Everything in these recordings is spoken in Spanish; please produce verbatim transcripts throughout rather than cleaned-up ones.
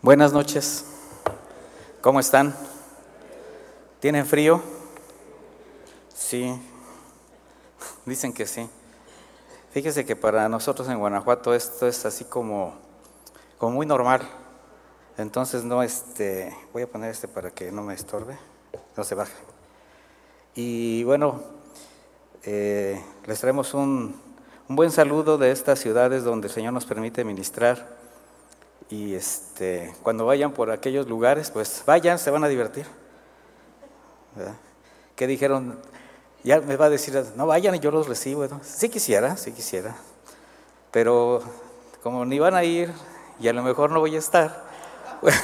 Buenas noches, ¿cómo están? ¿Tienen frío? Sí, dicen que sí. Fíjese que para nosotros en Guanajuato esto es así como, como muy normal. Entonces no, este, voy a poner este para que no me estorbe, no se baje. Y bueno, eh, les traemos un, un buen saludo de estas ciudades donde el Señor nos permite ministrar. Y este, cuando vayan por aquellos lugares, pues vayan, se van a divertir. ¿Verdad? ¿Qué dijeron? Ya me va a decir, no vayan y yo los recibo, ¿no? Sí quisiera, sí quisiera. Pero como ni van a ir y a lo mejor no voy a estar, pues,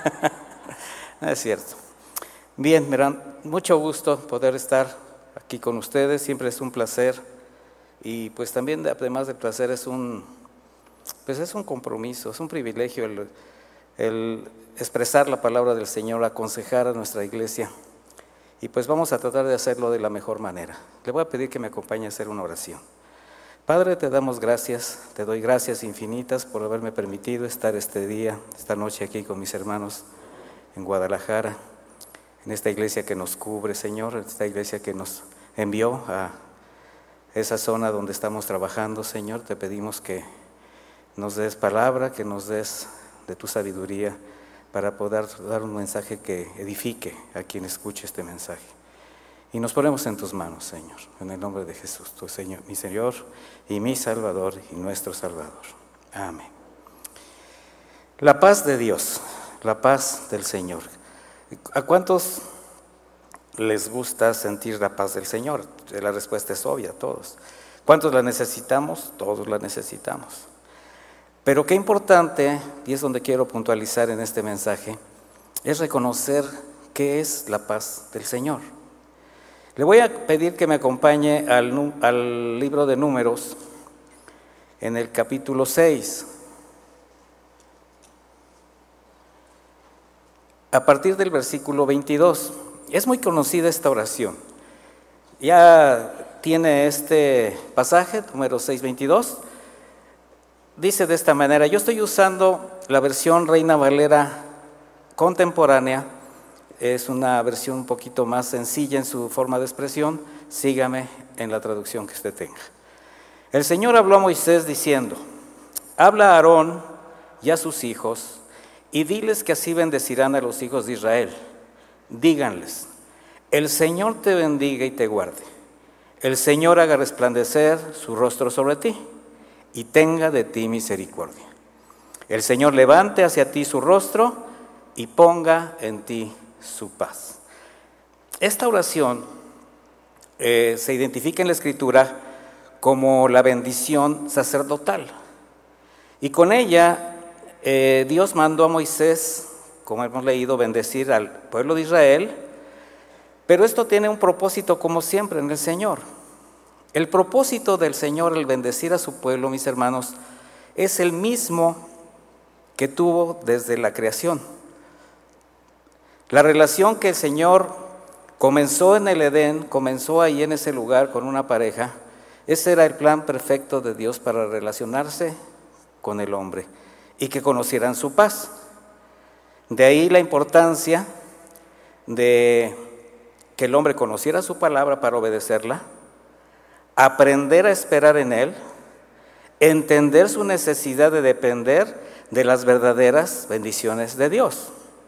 no es cierto. Bien, me da mucho gusto poder estar aquí con ustedes, siempre es un placer. Y pues también, además de placer, es un... Pues es un compromiso, es un privilegio el, el expresar la palabra del Señor, aconsejar a nuestra iglesia. Y pues vamos a tratar de hacerlo de la mejor manera. Le voy a pedir que me acompañe a hacer una oración. Padre, te damos gracias, te doy gracias infinitas por haberme permitido estar este día, esta noche aquí con mis hermanos en Guadalajara, en esta iglesia que nos cubre, Señor, en esta iglesia que nos envió a esa zona donde estamos trabajando, Señor. Te pedimos que nos des palabra, que nos des de tu sabiduría para poder dar un mensaje que edifique a quien escuche este mensaje. Y nos ponemos en tus manos, Señor, en el nombre de Jesús, tu Señor, mi Señor y mi Salvador y nuestro Salvador. Amén. La paz de Dios, la paz del Señor. ¿A cuántos les gusta sentir la paz del Señor? La respuesta es obvia, todos. ¿Cuántos la necesitamos? Todos la necesitamos. Pero qué importante, y es donde quiero puntualizar en este mensaje, es reconocer qué es la paz del Señor. Le voy a pedir que me acompañe al, al libro de Números, en el capítulo seis. A partir del versículo veintidós. Es muy conocida esta oración. Ya tiene este pasaje, Números seis, veintidós. Dice de esta manera, yo estoy usando la versión Reina Valera contemporánea, es una versión un poquito más sencilla en su forma de expresión, sígame en la traducción que usted tenga. El Señor habló a Moisés diciendo, habla a Aarón y a sus hijos y diles que así bendecirán a los hijos de Israel. Díganles, el Señor te bendiga y te guarde, el Señor haga resplandecer su rostro sobre ti y tenga de ti misericordia. El Señor levante hacia ti su rostro y ponga en ti su paz. Esta oración eh, se identifica en la Escritura como la bendición sacerdotal. Y con ella eh, Dios mandó a Moisés, como hemos leído, bendecir al pueblo de Israel, pero esto tiene un propósito como siempre en el Señor. El propósito del Señor, el bendecir a su pueblo, mis hermanos, es el mismo que tuvo desde la creación. La relación que el Señor comenzó en el Edén, comenzó ahí en ese lugar con una pareja, ese era el plan perfecto de Dios para relacionarse con el hombre y que conocieran su paz. De ahí la importancia de que el hombre conociera su palabra para obedecerla, aprender a esperar en Él, entender su necesidad de depender de las verdaderas bendiciones de Dios.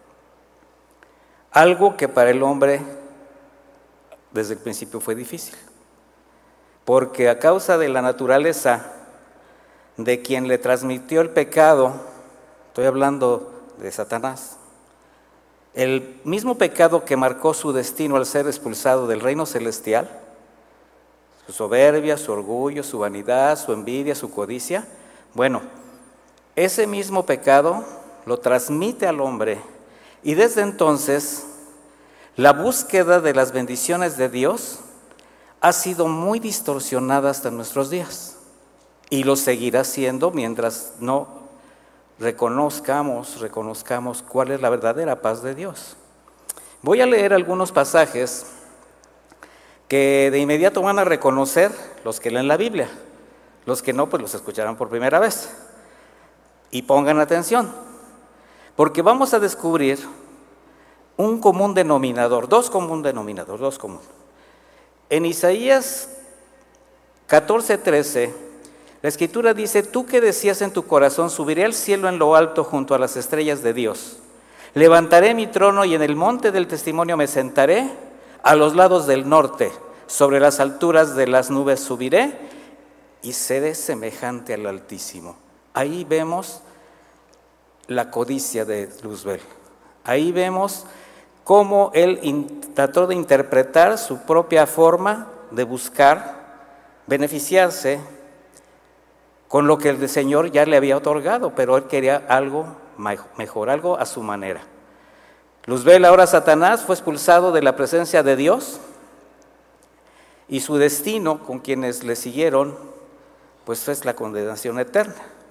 Algo que para el hombre desde el principio fue difícil, porque a causa de la naturaleza de quien le transmitió el pecado, estoy hablando de Satanás, el mismo pecado que marcó su destino al ser expulsado del reino celestial, su soberbia, su orgullo, su vanidad, su envidia, su codicia. Bueno, ese mismo pecado lo transmite al hombre y desde entonces la búsqueda de las bendiciones de Dios ha sido muy distorsionada hasta nuestros días y lo seguirá siendo mientras no reconozcamos, reconozcamos cuál es la verdadera paz de Dios. Voy a leer algunos pasajes que de inmediato van a reconocer los que leen la Biblia. Los que no, pues los escucharán por primera vez. Y pongan atención. Porque vamos a descubrir un común denominador, dos común denominadores, dos común. En Isaías catorce, trece, la Escritura dice: tú que decías en tu corazón, subiré al cielo en lo alto junto a las estrellas de Dios. Levantaré mi trono y en el monte del testimonio me sentaré, a los lados del norte, sobre las alturas de las nubes subiré y seré semejante al Altísimo. Ahí vemos la codicia de Luzbel. Ahí vemos cómo él in, trató de interpretar su propia forma de buscar beneficiarse con lo que el Señor ya le había otorgado, pero él quería algo mejor, algo a su manera. Luzbel, ahora Satanás, fue expulsado de la presencia de Dios y su destino con quienes le siguieron pues es la condenación eterna.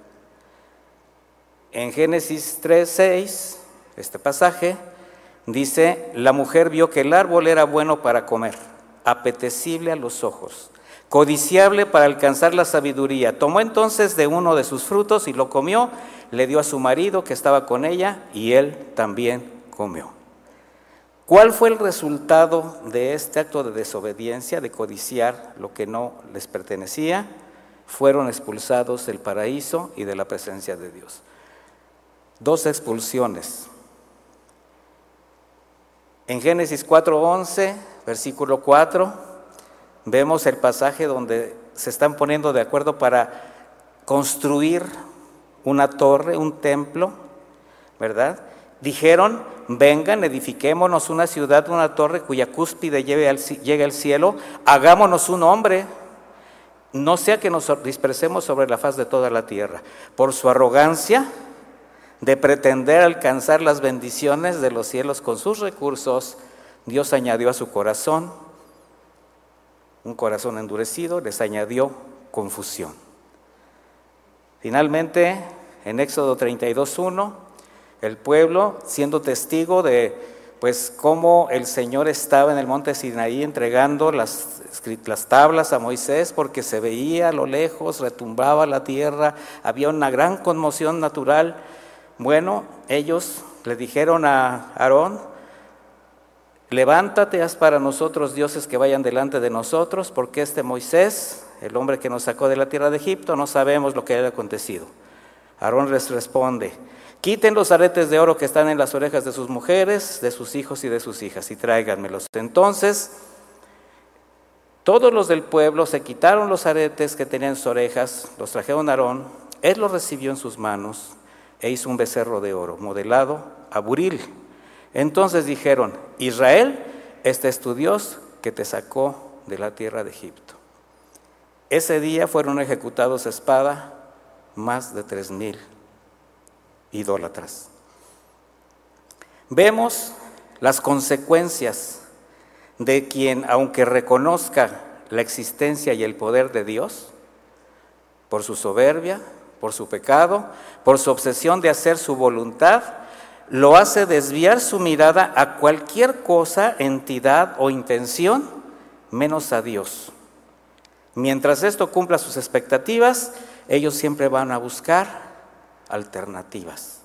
En Génesis tres, seis, este pasaje dice: la mujer vio que el árbol era bueno para comer, apetecible a los ojos, codiciable para alcanzar la sabiduría. Tomó entonces de uno de sus frutos y lo comió, le dio a su marido que estaba con ella y él también comió. ¿Cuál fue el resultado de este acto de desobediencia, de codiciar lo que no les pertenecía? Fueron expulsados del paraíso y de la presencia de Dios. Dos expulsiones. En Génesis cuatro, once, versículo cuatro, vemos el pasaje donde se están poniendo de acuerdo para construir una torre, un templo, ¿verdad? Dijeron: vengan, edifiquémonos una ciudad, una torre cuya cúspide llegue al, llegue al cielo, hagámonos un hombre, no sea que nos dispersemos sobre la faz de toda la tierra. Por su arrogancia de pretender alcanzar las bendiciones de los cielos con sus recursos, Dios añadió a su corazón un corazón endurecido, les añadió confusión. Finalmente, en Éxodo treinta y dos, uno, el pueblo, siendo testigo de pues cómo el Señor estaba en el monte Sinaí entregando las, las tablas a Moisés, porque se veía a lo lejos, retumbaba la tierra, había una gran conmoción natural. Bueno, ellos le dijeron a Aarón: levántate, haz para nosotros dioses que vayan delante de nosotros, porque este Moisés, el hombre que nos sacó de la tierra de Egipto, no sabemos lo que haya acontecido. Aarón les responde: quiten los aretes de oro que están en las orejas de sus mujeres, de sus hijos y de sus hijas, y tráiganmelos. Entonces, todos los del pueblo se quitaron los aretes que tenían en sus orejas, los trajeron a Aarón, él los recibió en sus manos, e hizo un becerro de oro, modelado a buril. Entonces dijeron: Israel, este es tu Dios que te sacó de la tierra de Egipto. Ese día fueron ejecutados a espada más de tres mil idólatras. Vemos las consecuencias de quien, aunque reconozca la existencia y el poder de Dios, por su soberbia, por su pecado, por su obsesión de hacer su voluntad, lo hace desviar su mirada a cualquier cosa, entidad o intención, menos a Dios. Mientras esto cumpla sus expectativas, ellos siempre van a buscar alternativas.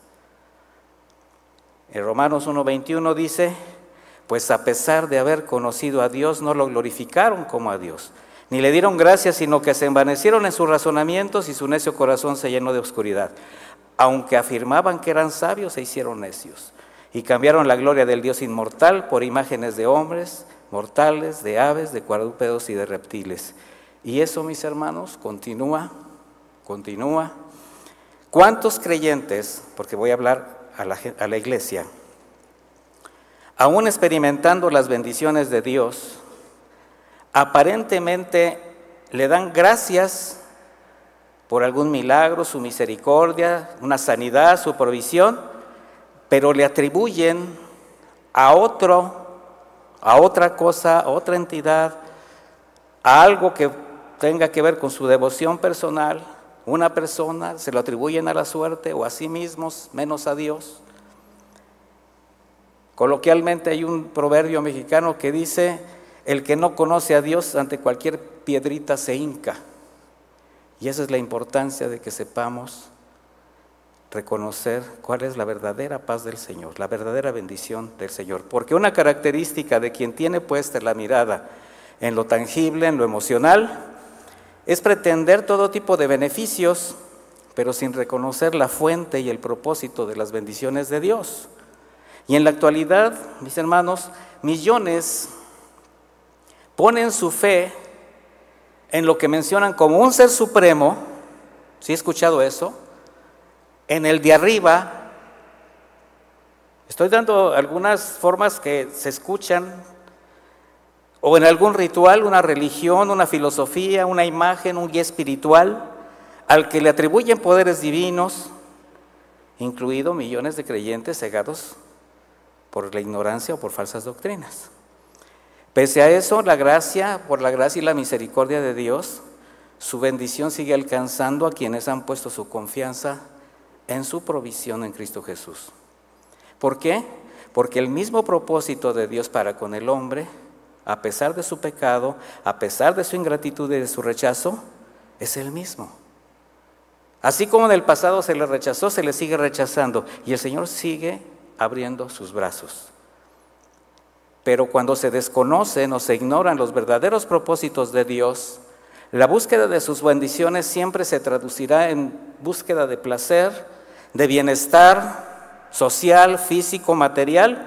En Romanos uno veintiuno dice: pues a pesar de haber conocido a Dios, no lo glorificaron como a Dios, ni le dieron gracias, sino que se envanecieron en sus razonamientos y su necio corazón se llenó de oscuridad. Aunque afirmaban que eran sabios, se hicieron necios y cambiaron la gloria del Dios inmortal por imágenes de hombres mortales, de aves, de cuadrúpedos y de reptiles. Y eso, mis hermanos, continúa, continúa. ¿Cuántos creyentes, porque voy a hablar a la, a la iglesia, aún experimentando las bendiciones de Dios, aparentemente le dan gracias por algún milagro, su misericordia, una sanidad, su provisión, pero le atribuyen a otro, a otra cosa, a otra entidad, a algo que tenga que ver con su devoción personal, una persona, se lo atribuyen a la suerte o a sí mismos, menos a Dios. Coloquialmente hay un proverbio mexicano que dice: el que no conoce a Dios ante cualquier piedrita se hinca. Y esa es la importancia de que sepamos reconocer cuál es la verdadera paz del Señor, la verdadera bendición del Señor. Porque una característica de quien tiene puesta la mirada en lo tangible, en lo emocional, es pretender todo tipo de beneficios, pero sin reconocer la fuente y el propósito de las bendiciones de Dios. Y en la actualidad, mis hermanos, millones ponen su fe en lo que mencionan como un ser supremo. ¿Sí he escuchado eso? En el de arriba. Estoy dando algunas formas que se escuchan, o en algún ritual, una religión, una filosofía, una imagen, un guía espiritual, al que le atribuyen poderes divinos, incluido millones de creyentes cegados por la ignorancia o por falsas doctrinas. Pese a eso, la gracia, por la gracia y la misericordia de Dios, su bendición sigue alcanzando a quienes han puesto su confianza en su provisión en Cristo Jesús. ¿Por qué? Porque el mismo propósito de Dios para con el hombre, a pesar de su pecado, a pesar de su ingratitud y de su rechazo, es el mismo. Así como en el pasado se le rechazó, se le sigue rechazando, y el Señor sigue abriendo sus brazos. Pero cuando se desconocen o se ignoran los verdaderos propósitos de Dios, la búsqueda de sus bendiciones siempre se traducirá en búsqueda de placer, de bienestar social, físico, material,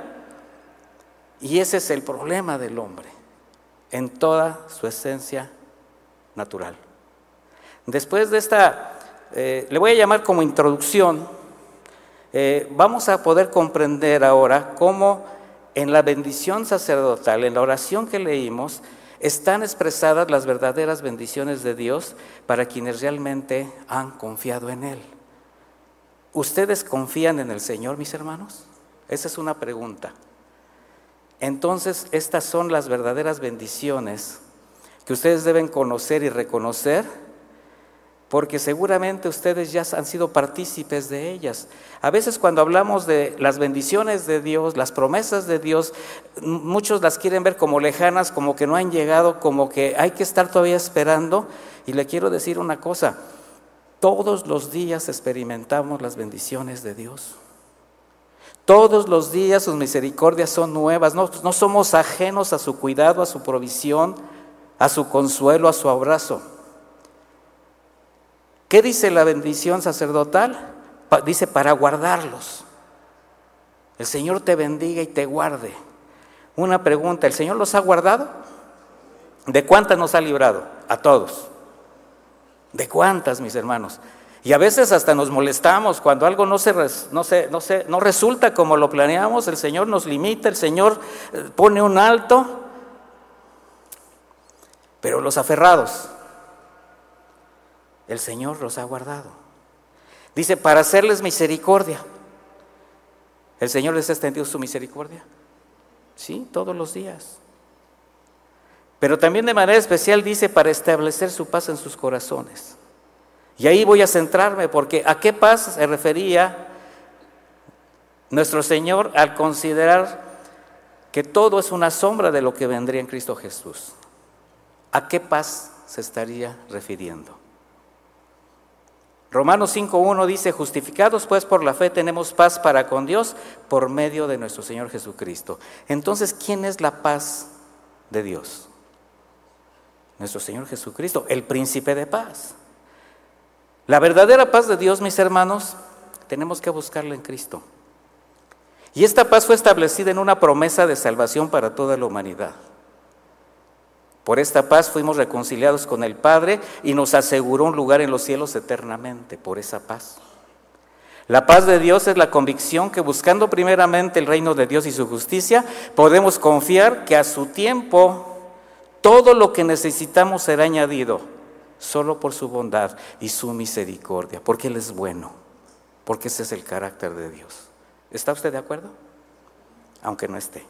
y ese es el problema del hombre, en toda su esencia natural. Después de esta, eh, le voy a llamar como introducción, eh, vamos a poder comprender ahora cómo en la bendición sacerdotal, en la oración que leímos, están expresadas las verdaderas bendiciones de Dios para quienes realmente han confiado en Él. ¿Ustedes confían en el Señor, mis hermanos? Esa es una pregunta. Entonces, estas son las verdaderas bendiciones que ustedes deben conocer y reconocer, porque seguramente ustedes ya han sido partícipes de ellas. A veces cuando hablamos de las bendiciones de Dios, las promesas de Dios, muchos las quieren ver como lejanas, como que no han llegado, como que hay que estar todavía esperando. Y le quiero decir una cosa, todos los días experimentamos las bendiciones de Dios. Todos los días sus misericordias son nuevas, no, no somos ajenos a su cuidado, a su provisión, a su consuelo, a su abrazo. ¿Qué dice la bendición sacerdotal? Pa- dice para guardarlos. El Señor te bendiga y te guarde. Una pregunta, ¿el Señor los ha guardado? ¿De cuántas nos ha librado? A todos. ¿De cuántas, mis hermanos? Y a veces hasta nos molestamos cuando algo no se, res, no se, no se, no resulta como lo planeamos. El Señor nos limita, el Señor pone un alto. Pero los aferrados, el Señor los ha guardado. Dice, para hacerles misericordia. ¿El Señor les ha extendido su misericordia? Sí, todos los días. Pero también de manera especial dice, para establecer su paz en sus corazones. Y ahí voy a centrarme, porque ¿a qué paz se refería nuestro Señor al considerar que todo es una sombra de lo que vendría en Cristo Jesús? ¿A qué paz se estaría refiriendo? Romanos cinco uno dice, justificados pues por la fe tenemos paz para con Dios por medio de nuestro Señor Jesucristo. Entonces, ¿quién es la paz de Dios? Nuestro Señor Jesucristo, el príncipe de paz. La verdadera paz de Dios, mis hermanos, tenemos que buscarla en Cristo. Y esta paz fue establecida en una promesa de salvación para toda la humanidad. Por esta paz fuimos reconciliados con el Padre y nos aseguró un lugar en los cielos eternamente, por esa paz. La paz de Dios es la convicción que buscando primeramente el reino de Dios y su justicia, podemos confiar que a su tiempo todo lo que necesitamos será añadido, solo por su bondad y su misericordia, porque Él es bueno, porque ese es el carácter de Dios. ¿Está usted de acuerdo? Aunque no esté.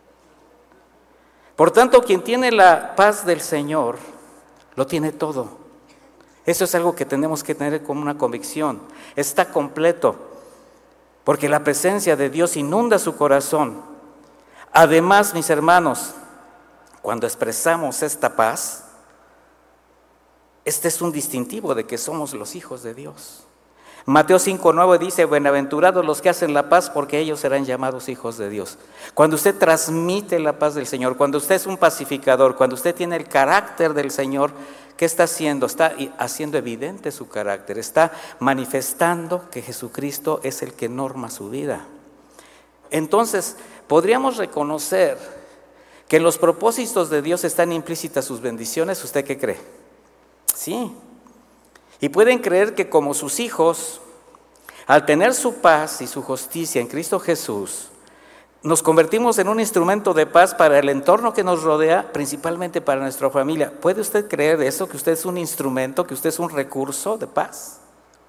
Por tanto, quien tiene la paz del Señor, lo tiene todo. Eso es algo que tenemos que tener como una convicción. Está completo, porque la presencia de Dios inunda su corazón. Además, mis hermanos, cuando expresamos esta paz, este es un distintivo de que somos los hijos de Dios. Mateo cinco nueve dice: bienaventurados los que hacen la paz, porque ellos serán llamados hijos de Dios. Cuando usted transmite la paz del Señor, cuando usted es un pacificador, cuando usted tiene el carácter del Señor, ¿qué está haciendo? Está haciendo evidente su carácter, está manifestando que Jesucristo es el que norma su vida. Entonces, podríamos reconocer que en los propósitos de Dios están implícitas sus bendiciones. ¿Usted qué cree? Sí. Y pueden creer que como sus hijos, al tener su paz y su justicia en Cristo Jesús, nos convertimos en un instrumento de paz para el entorno que nos rodea, principalmente para nuestra familia. ¿Puede usted creer eso, que usted es un instrumento, que usted es un recurso de paz?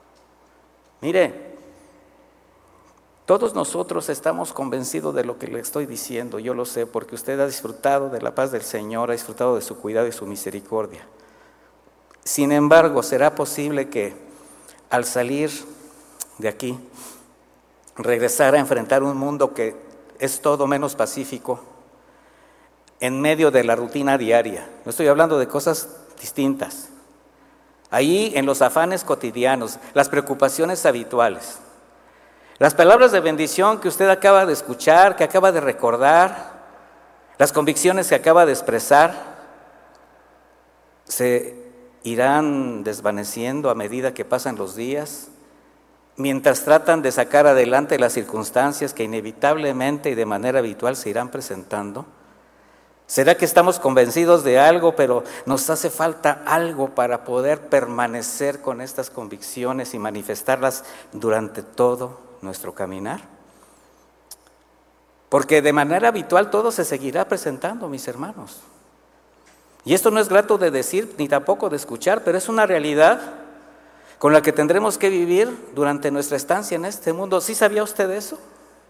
Mire, todos nosotros estamos convencidos de lo que le estoy diciendo, yo lo sé, porque usted ha disfrutado de la paz del Señor, ha disfrutado de su cuidado y su misericordia. Sin embargo, ¿será posible que al salir de aquí, regresar a enfrentar un mundo que es todo menos pacífico, en medio de la rutina diaria? No estoy hablando de cosas distintas. Ahí, en los afanes cotidianos, las preocupaciones habituales, las palabras de bendición que usted acaba de escuchar, que acaba de recordar, las convicciones que acaba de expresar, se irán desvaneciendo a medida que pasan los días, mientras tratan de sacar adelante las circunstancias que inevitablemente y de manera habitual se irán presentando. ¿Será que estamos convencidos de algo, pero nos hace falta algo para poder permanecer con estas convicciones y manifestarlas durante todo nuestro caminar? Porque de manera habitual todo se seguirá presentando, mis hermanos. Y esto no es grato de decir ni tampoco de escuchar, pero es una realidad con la que tendremos que vivir durante nuestra estancia en este mundo. ¿Sí sabía usted eso?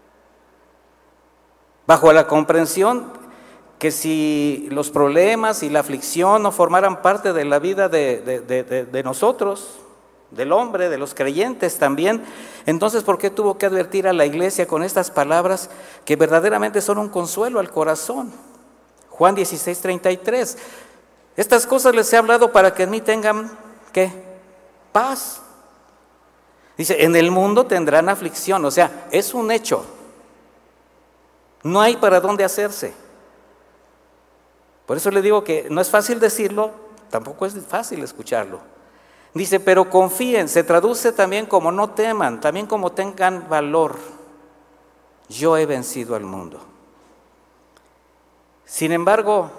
Bajo la comprensión que si los problemas y la aflicción no formaran parte de la vida de, de, de, de, de nosotros, del hombre, de los creyentes también, entonces ¿por qué tuvo que advertir a la iglesia con estas palabras que verdaderamente son un consuelo al corazón? Juan dieciséis treinta y tres. Estas cosas les he hablado para que en mí tengan, ¿qué? Paz. Dice, en el mundo tendrán aflicción, o sea, es un hecho. No hay para dónde hacerse. Por eso le digo que no es fácil decirlo, tampoco es fácil escucharlo. Dice, pero confíen, se traduce también como no teman, también como tengan valor. Yo he vencido al mundo. Sin embargo,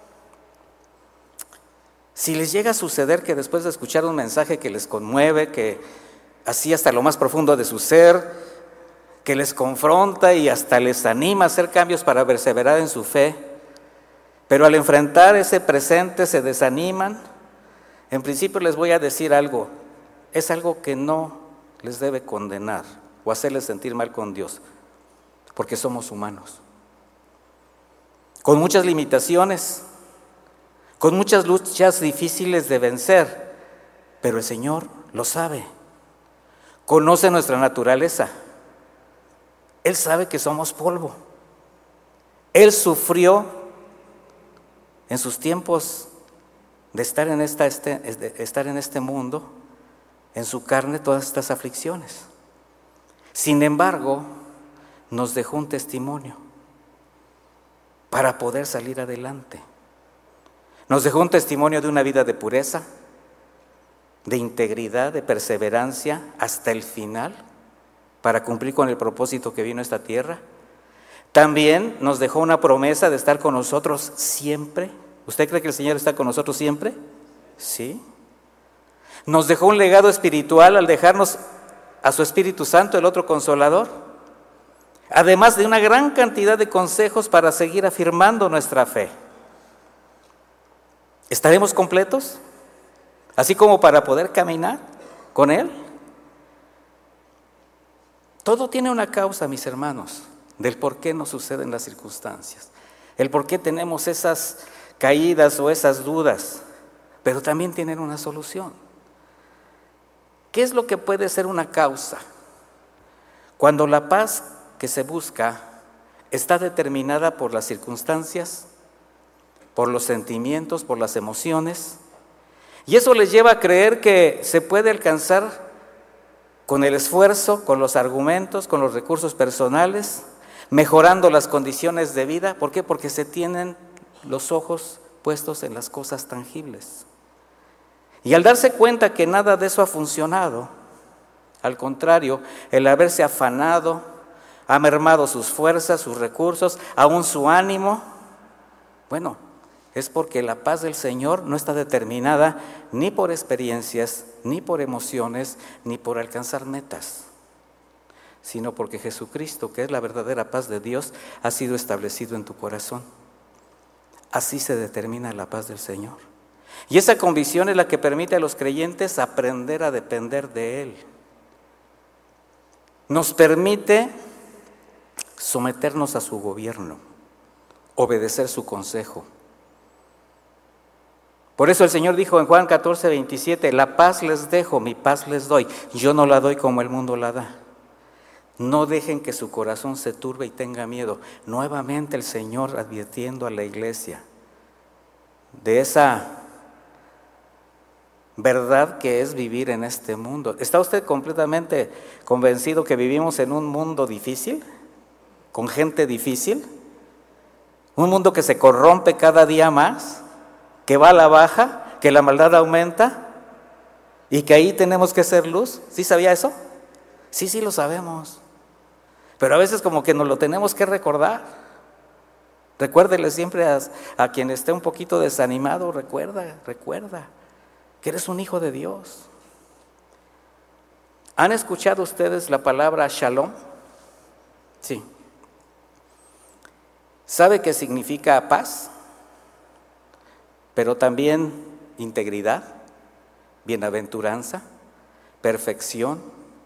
si les llega a suceder que después de escuchar un mensaje que les conmueve, que así hasta lo más profundo de su ser, que les confronta y hasta les anima a hacer cambios para perseverar en su fe, pero al enfrentar ese presente se desaniman, en principio les voy a decir algo, es algo que no les debe condenar o hacerles sentir mal con Dios, porque somos humanos, con muchas limitaciones, con muchas luchas difíciles de vencer, pero el Señor lo sabe, conoce nuestra naturaleza, Él sabe que somos polvo, Él sufrió en sus tiempos de estar en, esta, este, de estar en este mundo, en su carne, todas estas aflicciones. Sin embargo, nos dejó un testimonio para poder salir adelante. Nos dejó un testimonio de una vida de pureza, de integridad, de perseverancia hasta el final, para cumplir con el propósito que vino a esta tierra. También nos dejó una promesa de estar con nosotros siempre. ¿Usted cree que el Señor está con nosotros siempre? Sí. Nos dejó un legado espiritual al dejarnos a su Espíritu Santo, el otro Consolador, además de una gran cantidad de consejos para seguir afirmando nuestra fe. ¿Estaremos completos? Así como para poder caminar con Él. Todo tiene una causa, mis hermanos, del por qué nos suceden las circunstancias, el por qué tenemos esas caídas o esas dudas, pero también tienen una solución. ¿Qué es lo que puede ser una causa? Cuando la paz que se busca está determinada por las circunstancias, por los sentimientos, por las emociones, y eso les lleva a creer que se puede alcanzar con el esfuerzo, con los argumentos, con los recursos personales, mejorando las condiciones de vida. ¿Por qué? Porque se tienen los ojos puestos en las cosas tangibles. Y al darse cuenta que nada de eso ha funcionado, al contrario, el haberse afanado ha mermado sus fuerzas, sus recursos, aún su ánimo. Bueno, es porque la paz del Señor no está determinada ni por experiencias, ni por emociones, ni por alcanzar metas, sino porque Jesucristo, que es la verdadera paz de Dios, ha sido establecido en tu corazón. Así se determina la paz del Señor. Y esa convicción es la que permite a los creyentes aprender a depender de Él. Nos permite someternos a su gobierno, obedecer su consejo. Por eso el Señor dijo en Juan catorce, veintisiete, la paz les dejo, mi paz les doy. Yo no la doy como el mundo la da. No dejen que su corazón se turbe y tenga miedo. Nuevamente el Señor advirtiendo a la iglesia de esa verdad que es vivir en este mundo. ¿Está usted completamente convencido que vivimos en un mundo difícil? ¿Con gente difícil? ¿Un mundo que se corrompe cada día más? ¿Que va a la baja? ¿Que la maldad aumenta? ¿Y que ahí tenemos que ser luz? ¿Sí sabía eso? Sí, sí lo sabemos. Pero a veces como que nos lo tenemos que recordar. Recuérdele siempre a, a quien esté un poquito desanimado, recuerda, recuerda que eres un hijo de Dios. ¿Han escuchado ustedes la palabra shalom? Sí. ¿Sabe qué significa paz? Pero también integridad, bienaventuranza, perfección.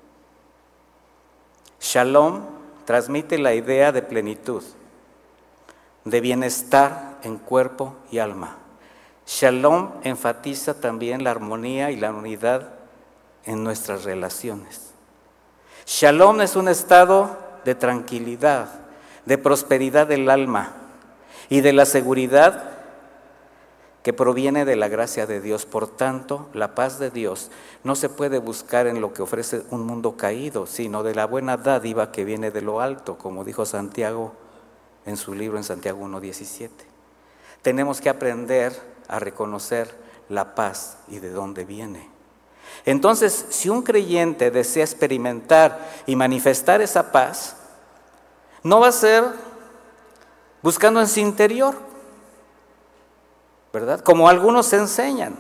Shalom transmite la idea de plenitud, de bienestar en cuerpo y alma. Shalom enfatiza también la armonía y la unidad en nuestras relaciones. Shalom es un estado de tranquilidad, de prosperidad del alma y de la seguridad que proviene de la gracia de Dios. Por tanto, la paz de Dios no se puede buscar en lo que ofrece un mundo caído, sino de la buena dádiva que viene de lo alto, como dijo Santiago en su libro en Santiago uno diecisiete. Tenemos que aprender a reconocer la paz y de dónde viene. Entonces, si un creyente desea experimentar y manifestar esa paz, no va a ser buscando en su interior, ¿verdad? Como algunos enseñan.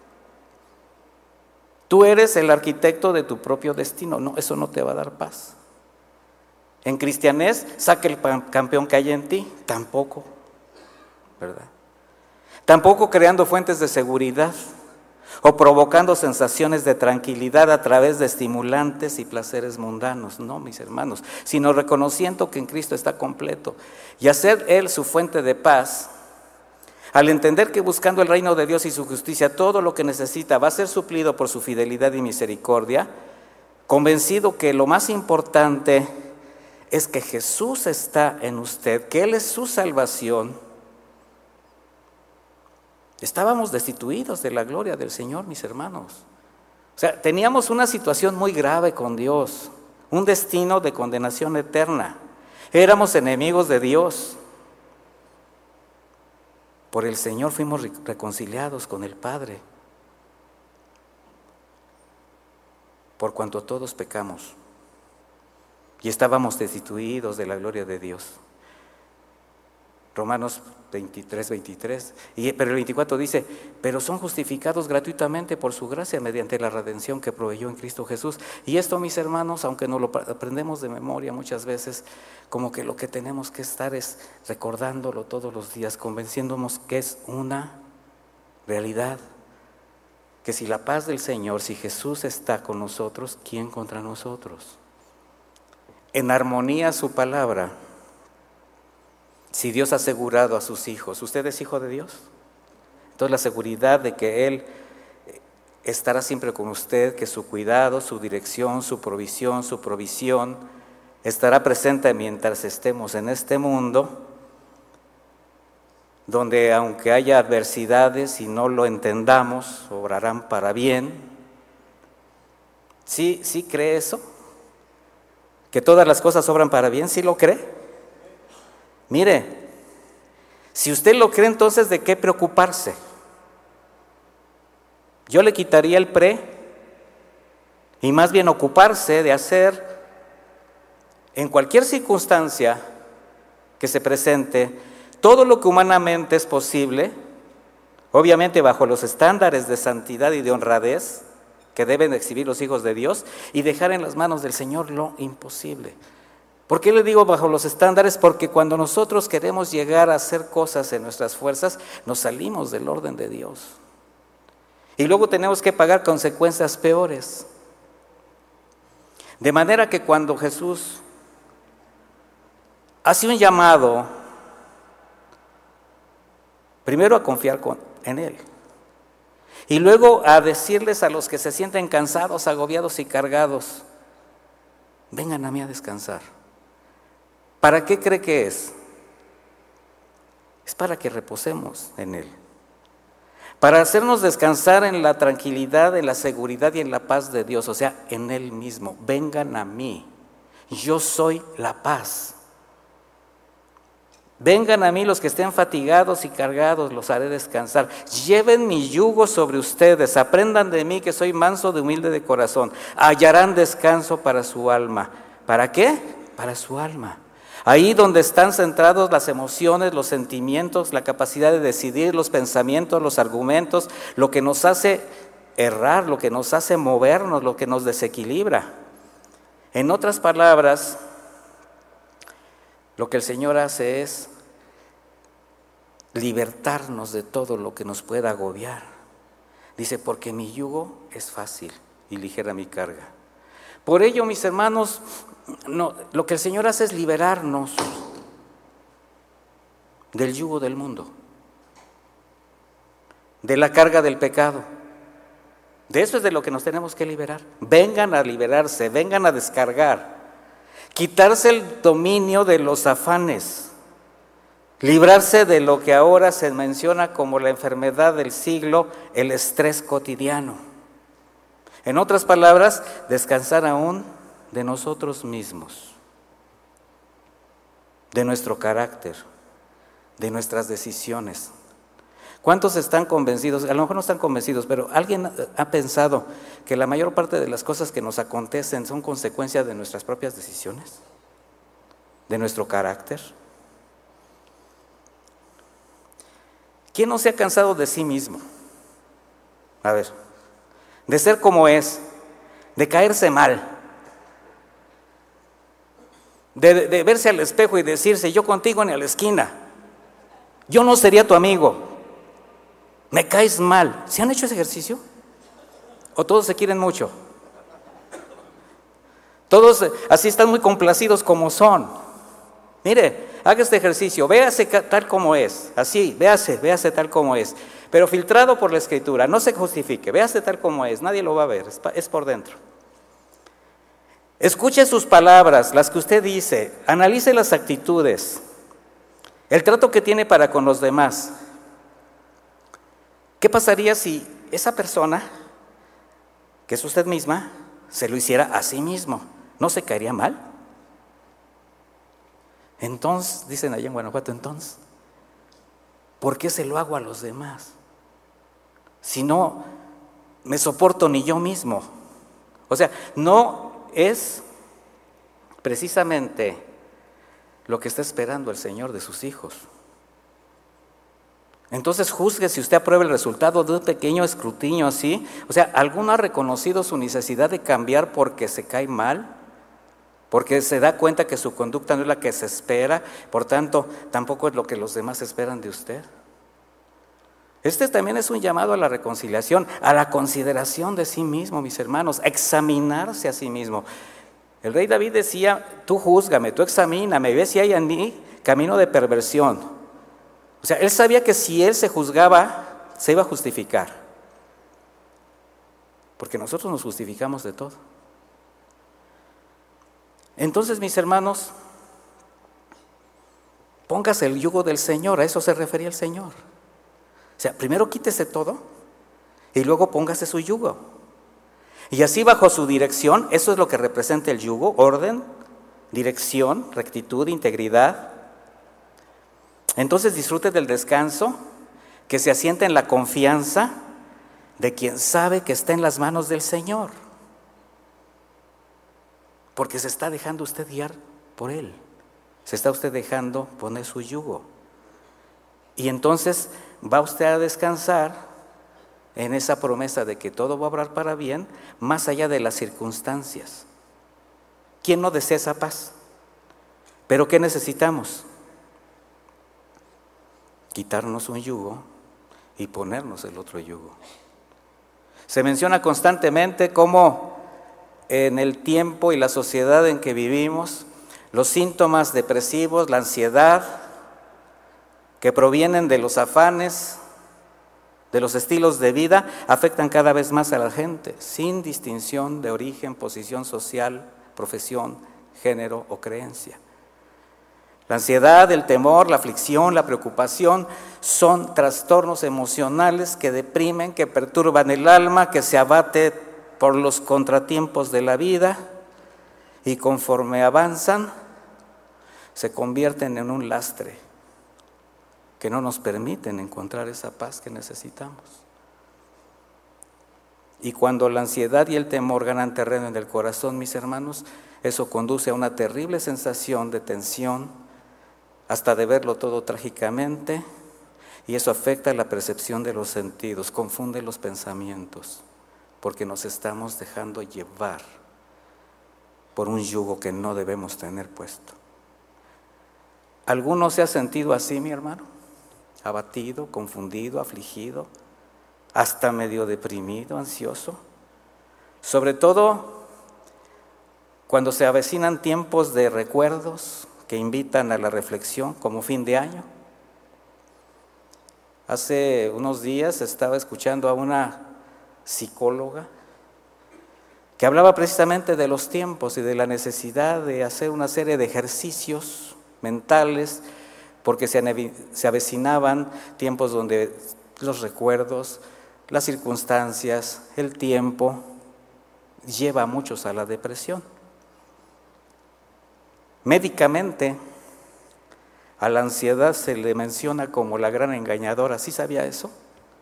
Tú eres el arquitecto de tu propio destino. No, eso no te va a dar paz. En cristianés, saca el campeón que hay en ti. Tampoco, ¿verdad? Tampoco creando fuentes de seguridad o provocando sensaciones de tranquilidad a través de estimulantes y placeres mundanos. No, mis hermanos, sino reconociendo que en Cristo está completo y hacer Él su fuente de paz. Al entender que buscando el reino de Dios y su justicia, todo lo que necesita va a ser suplido por su fidelidad y misericordia, convencido que lo más importante es que Jesús está en usted, que Él es su salvación. Estábamos destituidos de la gloria del Señor, mis hermanos. O sea, teníamos una situación muy grave con Dios, un destino de condenación eterna. Éramos enemigos de Dios. Por el Señor fuimos reconciliados con el Padre, por cuanto todos pecamos y estábamos destituidos de la gloria de Dios. Romanos veintitrés, veintitrés, y, pero el veinticuatro dice, pero son justificados gratuitamente por su gracia mediante la redención que proveyó en Cristo Jesús. Y esto, mis hermanos, aunque no lo aprendemos de memoria muchas veces, como que lo que tenemos que estar es recordándolo todos los días, convenciéndonos que es una realidad, que si la paz del Señor, si Jesús está con nosotros, ¿quién contra nosotros? En armonía su palabra. Si Dios ha asegurado a sus hijos, ¿usted es hijo de Dios? Entonces la seguridad de que Él estará siempre con usted, que su cuidado, su dirección, su provisión, su provisión estará presente mientras estemos en este mundo, donde aunque haya adversidades y no lo entendamos, obrarán para bien. ¿Sí, sí cree eso? ¿Que todas las cosas obran para bien? ¿Sí lo cree? Mire, si usted lo cree, entonces ¿de qué preocuparse? Yo le quitaría el pre y más bien ocuparse de hacer en cualquier circunstancia que se presente todo lo que humanamente es posible, obviamente bajo los estándares de santidad y de honradez que deben exhibir los hijos de Dios, y dejar en las manos del Señor lo imposible. ¿Por qué le digo bajo los estándares? Porque cuando nosotros queremos llegar a hacer cosas en nuestras fuerzas, nos salimos del orden de Dios. Y luego tenemos que pagar consecuencias peores. De manera que cuando Jesús hace un llamado, primero a confiar con, en Él, y luego a decirles a los que se sienten cansados, agobiados y cargados, vengan a mí a descansar. ¿Para qué cree que es? Es para que reposemos en Él, para hacernos descansar en la tranquilidad, en la seguridad y en la paz de Dios, o sea, en Él mismo. Vengan a mí, yo soy la paz. Vengan a mí los que estén fatigados y cargados, los haré descansar. Lleven mi yugo sobre ustedes, aprendan de mí que soy manso de humilde de corazón. Hallarán descanso para su alma. ¿Para qué? Para su alma. Ahí donde están centrados las emociones, los sentimientos, la capacidad de decidir, los pensamientos, los argumentos, lo que nos hace errar, lo que nos hace movernos, lo que nos desequilibra. En otras palabras, lo que el Señor hace es libertarnos de todo lo que nos pueda agobiar. Dice, porque mi yugo es fácil y ligera mi carga. Por ello, mis hermanos, no, lo que el Señor hace es liberarnos del yugo del mundo, de la carga del pecado. De eso es de lo que nos tenemos que liberar. Vengan a liberarse, vengan a descargar. Quitarse el dominio de los afanes, librarse de lo que ahora se menciona como la enfermedad del siglo, el estrés cotidiano. En otras palabras, descansar aún de nosotros mismos, de nuestro carácter, de nuestras decisiones. ¿Cuántos están convencidos? A lo mejor no están convencidos, pero ¿alguien ha pensado que la mayor parte de las cosas que nos acontecen son consecuencia de nuestras propias decisiones? ¿De nuestro carácter? ¿Quién no se ha cansado de sí mismo? A ver, de ser como es, de caerse mal, de, de verse al espejo y decirse, yo contigo ni a la esquina, yo no sería tu amigo. Me caes mal. ¿Se han hecho ese ejercicio? ¿O todos se quieren mucho? Todos así están muy complacidos como son. Mire, haga este ejercicio, véase tal como es, así, véase, véase tal como es, pero filtrado por la Escritura, no se justifique, véase tal como es, nadie lo va a ver, es, es por dentro. Escuche sus palabras, las que usted dice, analice las actitudes, el trato que tiene para con los demás. ¿Qué pasaría si esa persona, que es usted misma, se lo hiciera a sí mismo? ¿No se caería mal? Entonces, dicen allá en Guanajuato, entonces, ¿por qué se lo hago a los demás? Si no me soporto ni yo mismo. O sea, no es precisamente lo que está esperando el Señor de sus hijos. Entonces juzgue si usted aprueba el resultado de un pequeño escrutinio así. O sea, ¿alguno ha reconocido su necesidad de cambiar porque se cae mal? Porque se da cuenta que su conducta no es la que se espera, por tanto, tampoco es lo que los demás esperan de usted. Este también es un llamado a la reconciliación, a la consideración de sí mismo, mis hermanos, a examinarse a sí mismo. El rey David decía, tú júzgame, tú examíname, ve si hay en mí camino de perversión. O sea, él sabía que si él se juzgaba, se iba a justificar. Porque nosotros nos justificamos de todo. Entonces, mis hermanos, póngase el yugo del Señor, a eso se refería el Señor. O sea, primero quítese todo y luego póngase su yugo. Y así bajo su dirección, eso es lo que representa el yugo: orden, dirección, rectitud, integridad. Entonces disfrute del descanso que se asienta en la confianza de quien sabe que está en las manos del Señor, porque se está dejando usted guiar por Él, se está usted dejando poner su yugo, y entonces va usted a descansar en esa promesa de que todo va a obrar para bien, más allá de las circunstancias. ¿Quién no desea esa paz? ¿Pero qué necesitamos? Quitarnos un yugo y ponernos el otro yugo. Se menciona constantemente cómo en el tiempo y la sociedad en que vivimos, los síntomas depresivos, la ansiedad, que provienen de los afanes, de los estilos de vida, afectan cada vez más a la gente, sin distinción de origen, posición social, profesión, género o creencia. La ansiedad, el temor, la aflicción, la preocupación son trastornos emocionales que deprimen, que perturban el alma, que se abate por los contratiempos de la vida y conforme avanzan se convierten en un lastre que no nos permiten encontrar esa paz que necesitamos. Y cuando la ansiedad y el temor ganan terreno en el corazón, mis hermanos, eso conduce a una terrible sensación de tensión, hasta de verlo todo trágicamente, y eso afecta la percepción de los sentidos, confunde los pensamientos, porque nos estamos dejando llevar por un yugo que no debemos tener puesto. ¿Alguno se ha sentido así, mi hermano? Abatido, confundido, afligido, hasta medio deprimido, ansioso. Sobre todo cuando se avecinan tiempos de recuerdos que invitan a la reflexión, como fin de año. Hace unos días estaba escuchando a una psicóloga que hablaba precisamente de los tiempos y de la necesidad de hacer una serie de ejercicios mentales, porque se, se avecinaban tiempos donde los recuerdos, las circunstancias, el tiempo, lleva a muchos a la depresión. Médicamente, a la ansiedad se le menciona como la gran engañadora. ¿Sí sabía eso?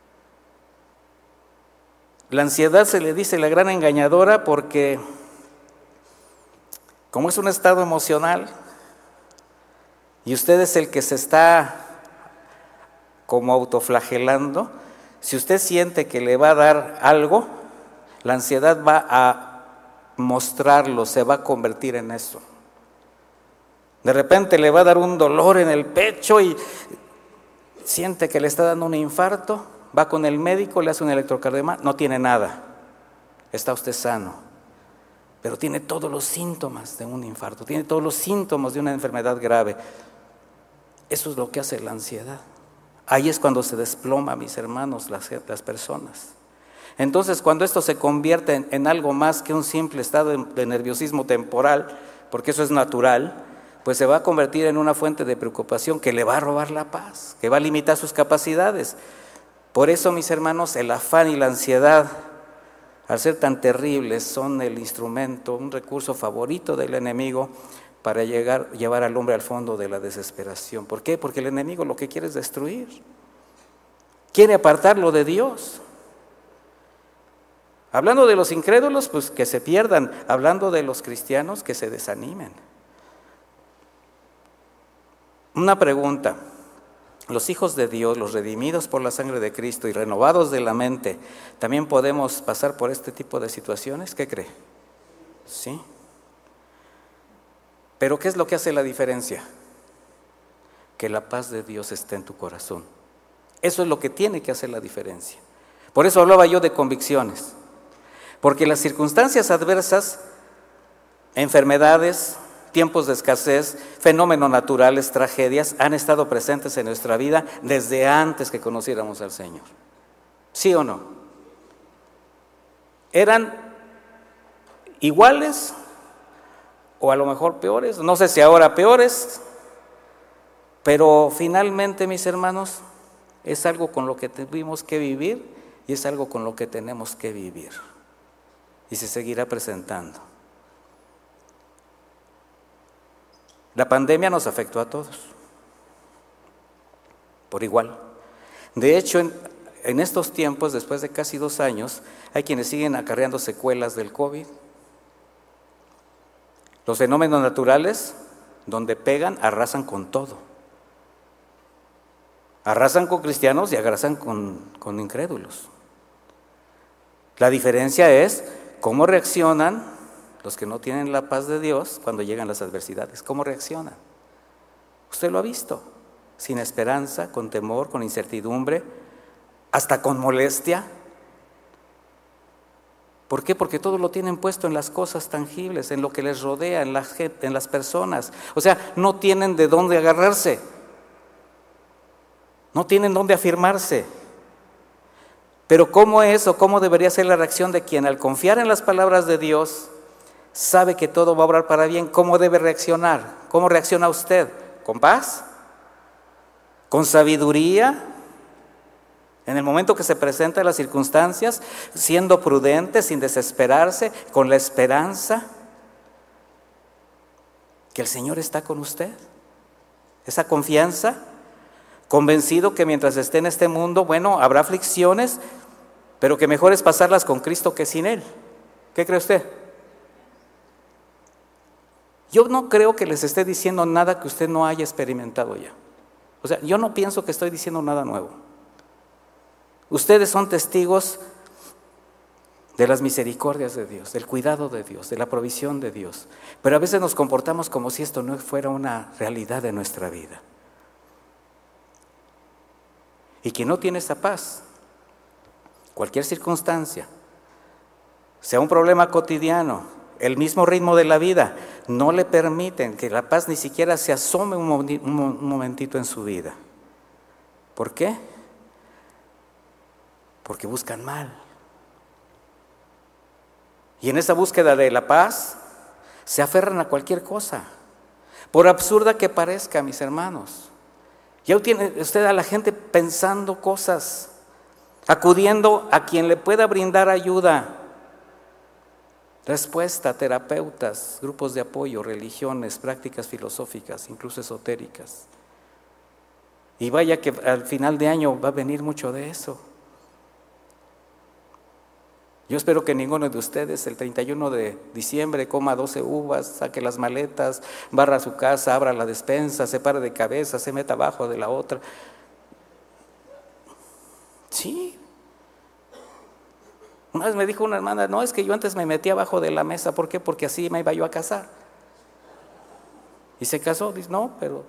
La ansiedad se le dice la gran engañadora porque, como es un estado emocional, y usted es el que se está como autoflagelando, si usted siente que le va a dar algo, la ansiedad va a mostrarlo, se va a convertir en eso. De repente le va a dar un dolor en el pecho y siente que le está dando un infarto, va con el médico, le hace un electrocardiograma, no tiene nada, está usted sano, pero tiene todos los síntomas de un infarto, tiene todos los síntomas de una enfermedad grave. Eso es lo que hace la ansiedad. Ahí es cuando se desploma, mis hermanos, las, las personas. Entonces, cuando esto se convierte en, en algo más que un simple estado de, de nerviosismo temporal, porque eso es natural, pues se va a convertir en una fuente de preocupación que le va a robar la paz, que va a limitar sus capacidades. Por eso, mis hermanos, el afán y la ansiedad, al ser tan terribles, son el instrumento, un recurso favorito del enemigo para llegar, llevar al hombre al fondo de la desesperación. ¿Por qué? Porque el enemigo lo que quiere es destruir, quiere apartarlo de Dios. Hablando de los incrédulos, pues que se pierdan. Hablando de los cristianos, que se desanimen. Una pregunta: ¿los hijos de Dios, los redimidos por la sangre de Cristo y renovados de la mente, también podemos pasar por este tipo de situaciones? ¿Qué cree? Sí. Pero ¿qué es lo que hace la diferencia? Que la paz de Dios esté en tu corazón. Eso es lo que tiene que hacer la diferencia. Por eso hablaba yo de convicciones. Porque las circunstancias adversas, enfermedades, tiempos de escasez, fenómenos naturales, tragedias, han estado presentes en nuestra vida desde antes que conociéramos al Señor. ¿Sí o no? ¿Eran iguales o a lo mejor peores? No sé si ahora peores, pero finalmente, mis hermanos, es algo con lo que tuvimos que vivir y es algo con lo que tenemos que vivir. y se seguirá presentando. La pandemia nos afectó a todos, por igual. De hecho, en, en estos tiempos, después de casi dos años, hay quienes siguen acarreando secuelas del COVID. Los fenómenos naturales, donde pegan, arrasan con todo. Arrasan con cristianos y arrasan con, con incrédulos. La diferencia es cómo reaccionan los que no tienen la paz de Dios cuando llegan las adversidades. ¿Cómo reaccionan? Usted lo ha visto, sin esperanza, con temor, con incertidumbre, hasta con molestia. ¿Por qué? Porque todo lo tienen puesto en las cosas tangibles, en lo que les rodea, en las, en las personas. O sea, no tienen de dónde agarrarse, no tienen dónde afirmarse. Pero ¿cómo es o cómo debería ser la reacción de quien al confiar en las palabras de Dios sabe que todo va a obrar para bien? ¿Cómo debe reaccionar? ¿Cómo reacciona usted? ¿Con paz? ¿Con sabiduría? En el momento que se presentan las circunstancias, siendo prudente, sin desesperarse, con la esperanza que el Señor está con usted. Esa confianza, convencido que mientras esté en este mundo, bueno, habrá aflicciones, pero que mejor es pasarlas con Cristo que sin Él. ¿Qué cree usted? Yo no creo que les esté diciendo nada que usted no haya experimentado ya. O sea, yo no pienso que estoy diciendo nada nuevo. Ustedes son testigos de las misericordias de Dios, del cuidado de Dios, de la provisión de Dios. Pero a veces nos comportamos como si esto no fuera una realidad de nuestra vida. Y quien no tiene esa paz, cualquier circunstancia, sea un problema cotidiano, el mismo ritmo de la vida, no le permiten que la paz ni siquiera se asome un momentito en su vida. ¿Por qué? Porque buscan mal. Y en esa búsqueda de la paz, se aferran a cualquier cosa, por absurda que parezca, mis hermanos. Ya tiene usted a la gente pensando cosas, acudiendo a quien le pueda brindar ayuda, respuesta, terapeutas, grupos de apoyo, religiones, prácticas filosóficas, incluso esotéricas. Y vaya que al final de año va a venir mucho de eso. Yo espero que ninguno de ustedes el treinta y uno de diciembre coma doce uvas, saque las maletas, barra su casa, abra la despensa, se pare de cabeza, se meta abajo de la otra. Sí. Una vez me dijo una hermana, no, es que yo antes me metía abajo de la mesa. ¿Por qué? Porque así me iba yo a casar. Y se casó. Dice, no, pero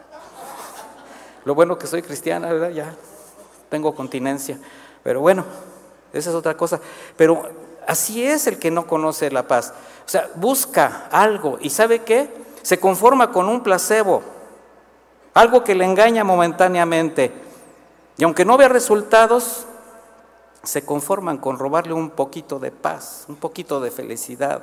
lo bueno que soy cristiana, ¿verdad? Ya tengo continencia. Pero bueno, esa es otra cosa. Pero así es el que no conoce la paz. O sea, busca algo y ¿sabe qué? Se conforma con un placebo, algo que le engaña momentáneamente. Y aunque no vea resultados, se conforman con robarle un poquito de paz, un poquito de felicidad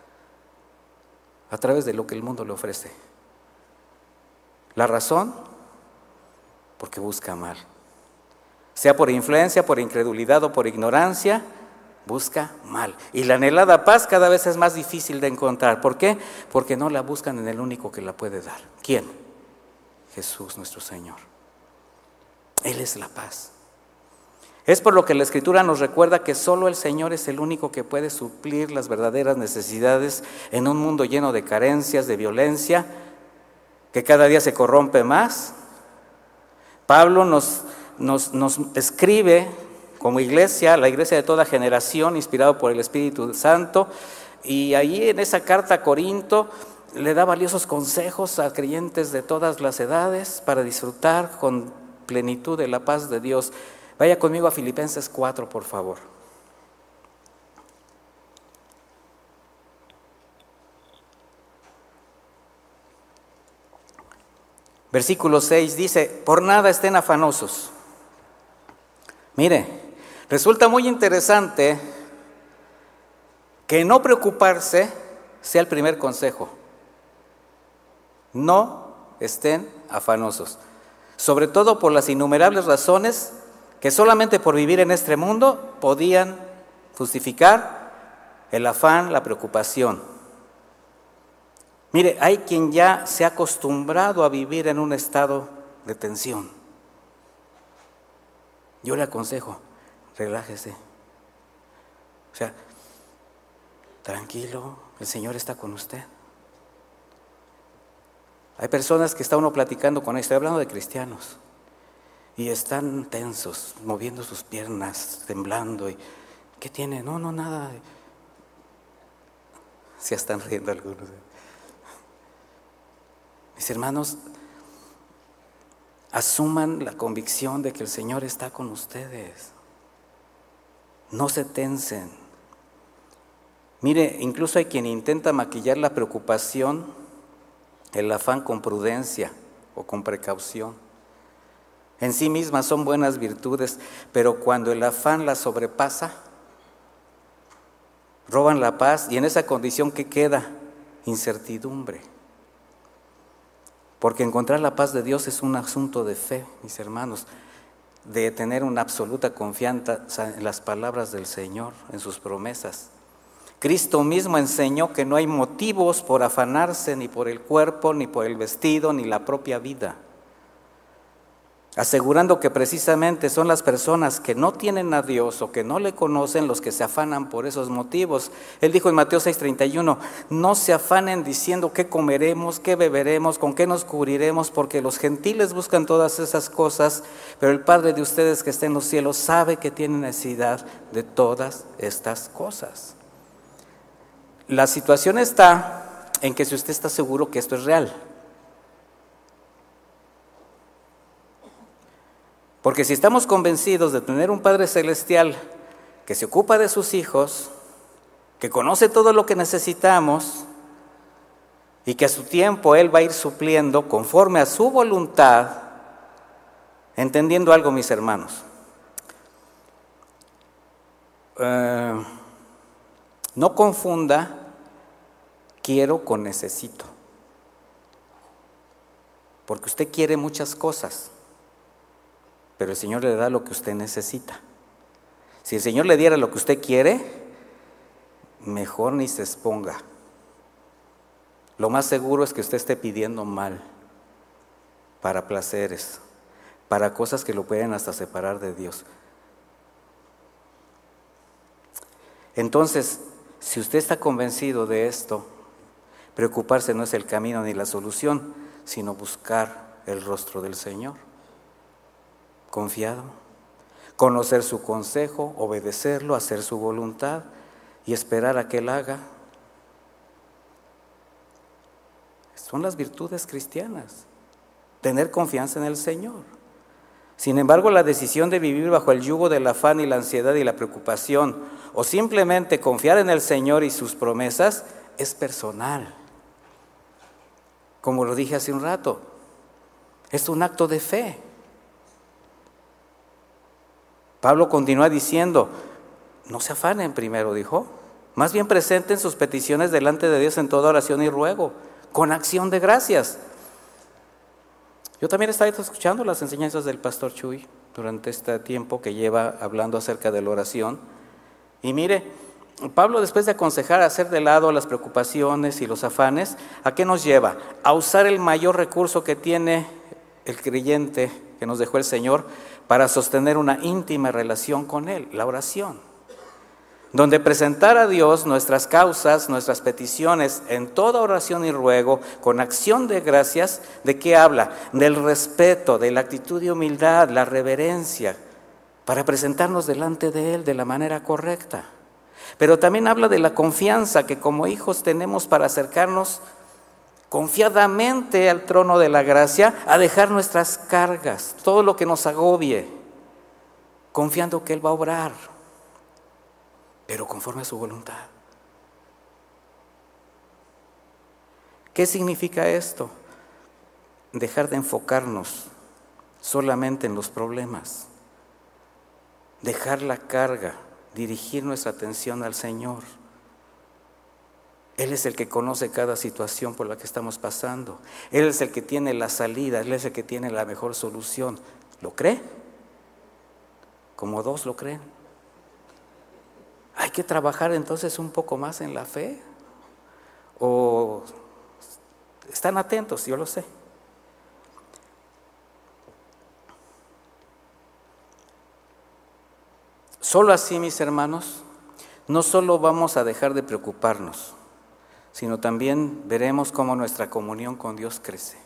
a través de lo que el mundo le ofrece. ¿La razón? Porque busca mal. Sea por influencia, por incredulidad o por ignorancia, busca mal. Y la anhelada paz cada vez es más difícil de encontrar. ¿Por qué? Porque no la buscan en el único que la puede dar. ¿Quién? Jesús nuestro Señor. Él es la paz. Es por lo que la Escritura nos recuerda que solo el Señor es el único que puede suplir las verdaderas necesidades en un mundo lleno de carencias, de violencia, que cada día se corrompe más. Pablo nos, nos, nos escribe como iglesia, la iglesia de toda generación, inspirado por el Espíritu Santo, y ahí en esa carta a Corinto le da valiosos consejos a creyentes de todas las edades para disfrutar con plenitud de la paz de Dios. Vaya conmigo a Filipenses cuatro, por favor. Versículo seis dice, por nada estén afanosos. Mire, resulta muy interesante que no preocuparse sea el primer consejo. No estén afanosos. Sobre todo por las innumerables razones que solamente por vivir en este mundo podían justificar el afán, la preocupación. Mire, hay quien ya se ha acostumbrado a vivir en un estado de tensión. Yo le aconsejo, relájese. O sea, tranquilo, el Señor está con usted. Hay personas que está uno platicando con ellos, estoy hablando de cristianos, y están tensos, moviendo sus piernas, temblando. Y, ¿qué tiene? No, no, nada. Se están riendo algunos. Mis hermanos, asuman la convicción de que el Señor está con ustedes. No se tensen. Mire, incluso hay quien intenta maquillar la preocupación, el afán con prudencia o con precaución. En sí mismas son buenas virtudes, pero cuando el afán las sobrepasa, roban la paz, y en esa condición, ¿qué queda? Incertidumbre. Porque encontrar la paz de Dios es un asunto de fe, mis hermanos, de tener una absoluta confianza en las palabras del Señor, en sus promesas. Cristo mismo enseñó que no hay motivos por afanarse ni por el cuerpo, ni por el vestido, ni la propia vida, asegurando que precisamente son las personas que no tienen a Dios o que no le conocen los que se afanan por esos motivos. Él dijo en Mateo seis treinta y uno, no se afanen diciendo qué comeremos, qué beberemos, con qué nos cubriremos, porque los gentiles buscan todas esas cosas, pero el Padre de ustedes que está en los cielos sabe que tiene necesidad de todas estas cosas. La situación está en que si usted está seguro que esto es real, porque si estamos convencidos de tener un Padre Celestial que se ocupa de sus hijos, que conoce todo lo que necesitamos y que a su tiempo Él va a ir supliendo conforme a su voluntad, entendiendo algo, mis hermanos, eh, no confunda quiero con necesito, porque usted quiere muchas cosas, pero el Señor le da lo que usted necesita. Si el Señor le diera lo que usted quiere, mejor ni se exponga. Lo más seguro es que usted esté pidiendo mal, para placeres, para cosas que lo pueden hasta separar de Dios. Entonces, si usted está convencido de esto, preocuparse no es el camino ni la solución, sino buscar el rostro del Señor. Confiado, conocer su consejo, obedecerlo, hacer su voluntad y esperar a que Él haga. Son las virtudes cristianas, tener confianza en el Señor. Sin embargo, la decisión de vivir bajo el yugo del afán y la ansiedad y la preocupación, o simplemente confiar en el Señor y sus promesas, es personal. Como lo dije hace un rato, es un acto de fe. Pablo continúa diciendo, no se afanen primero, dijo, más bien presenten sus peticiones delante de Dios en toda oración y ruego, con acción de gracias. Yo también estaba escuchando las enseñanzas del pastor Chuy durante este tiempo que lleva hablando acerca de la oración. Y mire, Pablo, después de aconsejar hacer de lado las preocupaciones y los afanes, ¿a qué nos lleva? A usar el mayor recurso que tiene el creyente que nos dejó el Señor para sostener una íntima relación con Él, la oración, donde presentar a Dios nuestras causas, nuestras peticiones en toda oración y ruego, con acción de gracias. ¿De qué habla? Del respeto, de la actitud de humildad, la reverencia, para presentarnos delante de Él de la manera correcta. Pero también habla de la confianza que como hijos tenemos para acercarnos confiadamente al trono de la gracia, a dejar nuestras cargas, todo lo que nos agobie, confiando que Él va a obrar, pero conforme a su voluntad. ¿Qué significa esto? Dejar de enfocarnos solamente en los problemas, dejar la carga, dirigir nuestra atención al Señor. Él es el que conoce cada situación por la que estamos pasando. Él es el que tiene la salida, Él es el que tiene la mejor solución. ¿Lo cree? Como dos lo creen. Hay que trabajar entonces un poco más en la fe. ¿O están atentos? Yo lo sé. Solo así, mis hermanos, no solo vamos a dejar de preocuparnos, sino también veremos cómo nuestra comunión con Dios crece.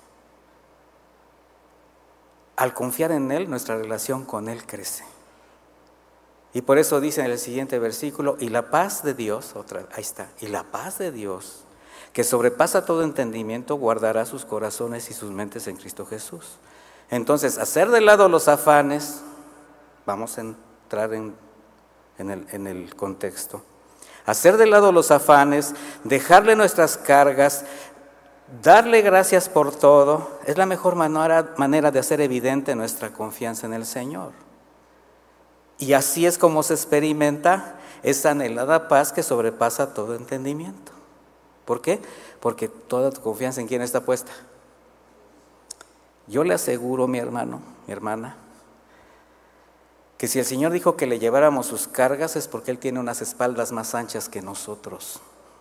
Al confiar en Él, nuestra relación con Él crece. Y por eso dice en el siguiente versículo, y la paz de Dios, otra, ahí está, y la paz de Dios, que sobrepasa todo entendimiento, guardará sus corazones y sus mentes en Cristo Jesús. Entonces, hacer de lado los afanes, vamos a entrar en, en, el, en el contexto, hacer de lado los afanes, dejarle nuestras cargas, darle gracias por todo, es la mejor manera, manera de hacer evidente nuestra confianza en el Señor. Y así es como se experimenta esa anhelada paz que sobrepasa todo entendimiento. ¿Por qué? Porque toda tu confianza en quién está puesta. Yo le aseguro, mi hermano, mi hermana, que si el Señor dijo que le lleváramos sus cargas es porque Él tiene unas espaldas más anchas que nosotros.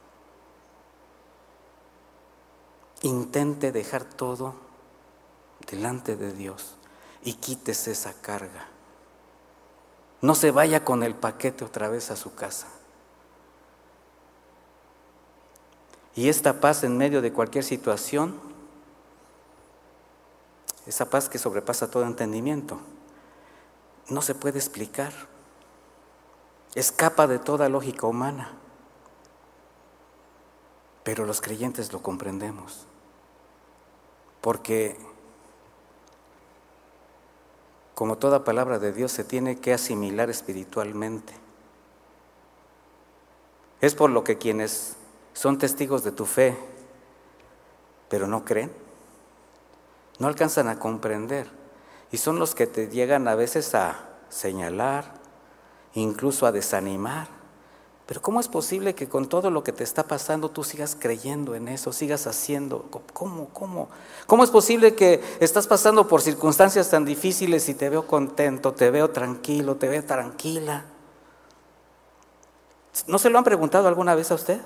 Intente dejar todo delante de Dios y quítese esa carga. No se vaya con el paquete otra vez a su casa. Y esta paz en medio de cualquier situación, esa paz que sobrepasa todo entendimiento, no se puede explicar. Escapa de toda lógica humana. Pero los creyentes lo comprendemos. Porque como toda palabra de Dios se tiene que asimilar espiritualmente. Es por lo que quienes son testigos de tu fe, pero no creen, no alcanzan a comprender, y son los que te llegan a veces a señalar, incluso a desanimar. Pero ¿cómo es posible que con todo lo que te está pasando tú sigas creyendo en eso, sigas haciendo? ¿Cómo, cómo? ¿Cómo es posible que estás pasando por circunstancias tan difíciles y te veo contento, te veo tranquilo, te veo tranquila? ¿No se lo han preguntado alguna vez a usted?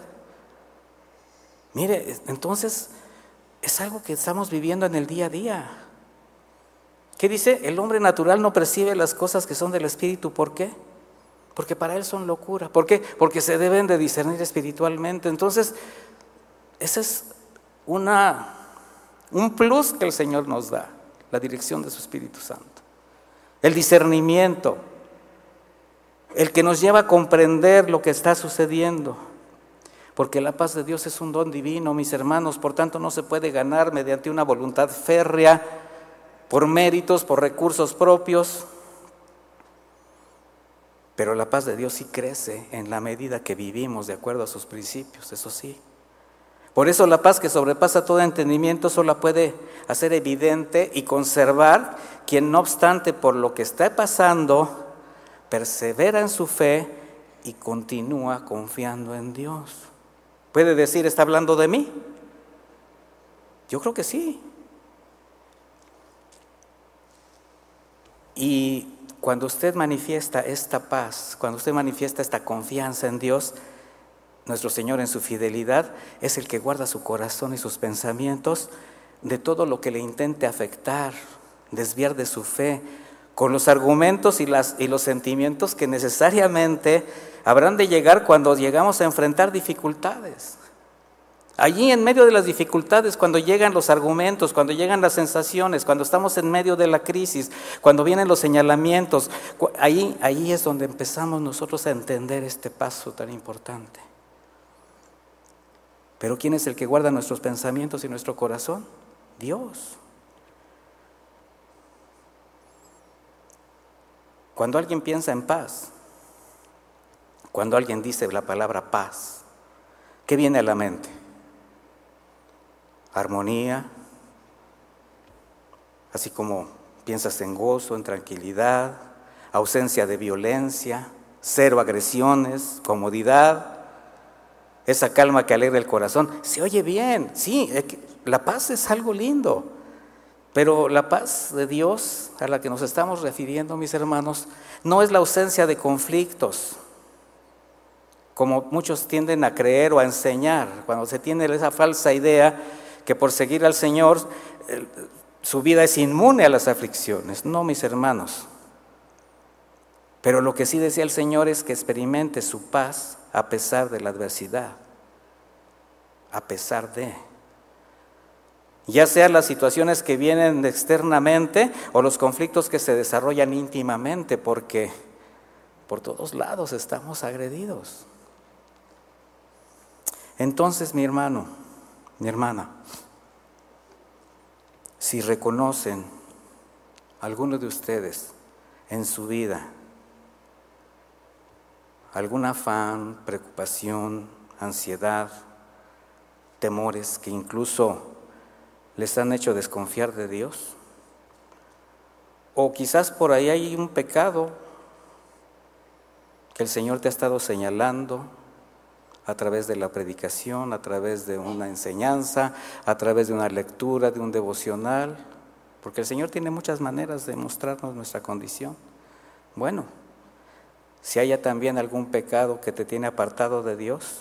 Mire, entonces es algo que estamos viviendo en el día a día. ¿Qué dice? El hombre natural no percibe las cosas que son del Espíritu. ¿Por qué? Porque para él son locura. ¿Por qué? Porque se deben de discernir espiritualmente. Entonces, ese es una, un plus que el Señor nos da, la dirección de su Espíritu Santo. El discernimiento, el que nos lleva a comprender lo que está sucediendo. Porque la paz de Dios es un don divino, mis hermanos, por tanto no se puede ganar mediante una voluntad férrea, por méritos, por recursos propios. Pero la paz de Dios sí crece en la medida que vivimos de acuerdo a sus principios, eso sí. Por eso la paz que sobrepasa todo entendimiento solo puede hacer evidente y conservar quien, no obstante por lo que está pasando, persevera en su fe y continúa confiando en Dios. ¿Puede decir, está hablando de mí? Yo creo que sí. Y cuando usted manifiesta esta paz, cuando usted manifiesta esta confianza en Dios, nuestro Señor en su fidelidad, es el que guarda su corazón y sus pensamientos de todo lo que le intente afectar, desviar de su fe, con los argumentos y, las, y los sentimientos que necesariamente habrán de llegar cuando llegamos a enfrentar dificultades. Allí en medio de las dificultades, cuando llegan los argumentos, cuando llegan las sensaciones, cuando estamos en medio de la crisis, cuando vienen los señalamientos, ahí, ahí es donde empezamos nosotros a entender este paso tan importante. Pero ¿quién es el que guarda nuestros pensamientos y nuestro corazón? Dios. Cuando alguien piensa en paz, cuando alguien dice la palabra paz, ¿qué viene a la mente? Armonía, así como piensas en gozo, en tranquilidad, ausencia de violencia, cero agresiones, comodidad, esa calma que alegra el corazón. Se oye bien, sí, la paz es algo lindo, pero la paz de Dios a la que nos estamos refiriendo, mis hermanos, no es la ausencia de conflictos, como muchos tienden a creer o a enseñar, cuando se tiene esa falsa idea que por seguir al Señor eh, su vida es inmune a las aflicciones. No, mis hermanos. Pero lo que sí decía el Señor es que experimente su paz a pesar de la adversidad, a pesar de, ya sean las situaciones que vienen externamente o los conflictos que se desarrollan íntimamente, porque por todos lados estamos agredidos. Entonces, mi hermano, mi hermana, si reconocen algunos de ustedes en su vida algún afán, preocupación, ansiedad, temores que incluso les han hecho desconfiar de Dios, o quizás por ahí hay un pecado que el Señor te ha estado señalando a través de la predicación, a través de una enseñanza, a través de una lectura, de un devocional, porque el Señor tiene muchas maneras de mostrarnos nuestra condición. Bueno, si haya también algún pecado que te tiene apartado de Dios,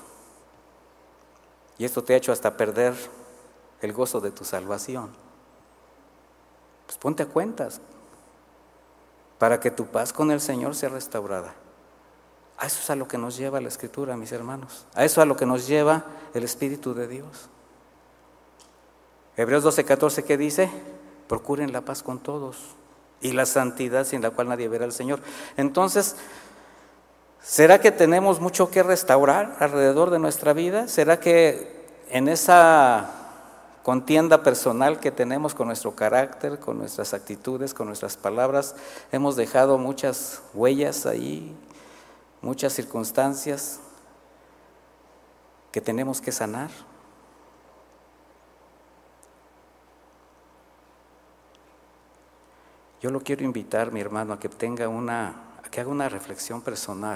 y esto te ha hecho hasta perder el gozo de tu salvación, pues ponte a cuentas para que tu paz con el Señor sea restaurada. A eso es a lo que nos lleva la Escritura, mis hermanos. A eso es a lo que nos lleva el Espíritu de Dios. Hebreos doce catorce, ¿qué dice? Procuren la paz con todos y la santidad sin la cual nadie verá al Señor. Entonces, ¿será que tenemos mucho que restaurar alrededor de nuestra vida? ¿Será que en esa contienda personal que tenemos con nuestro carácter, con nuestras actitudes, con nuestras palabras, hemos dejado muchas huellas ahí, muchas circunstancias que tenemos que sanar? Yo lo quiero invitar, mi hermano, a que tenga una, a que haga una reflexión personal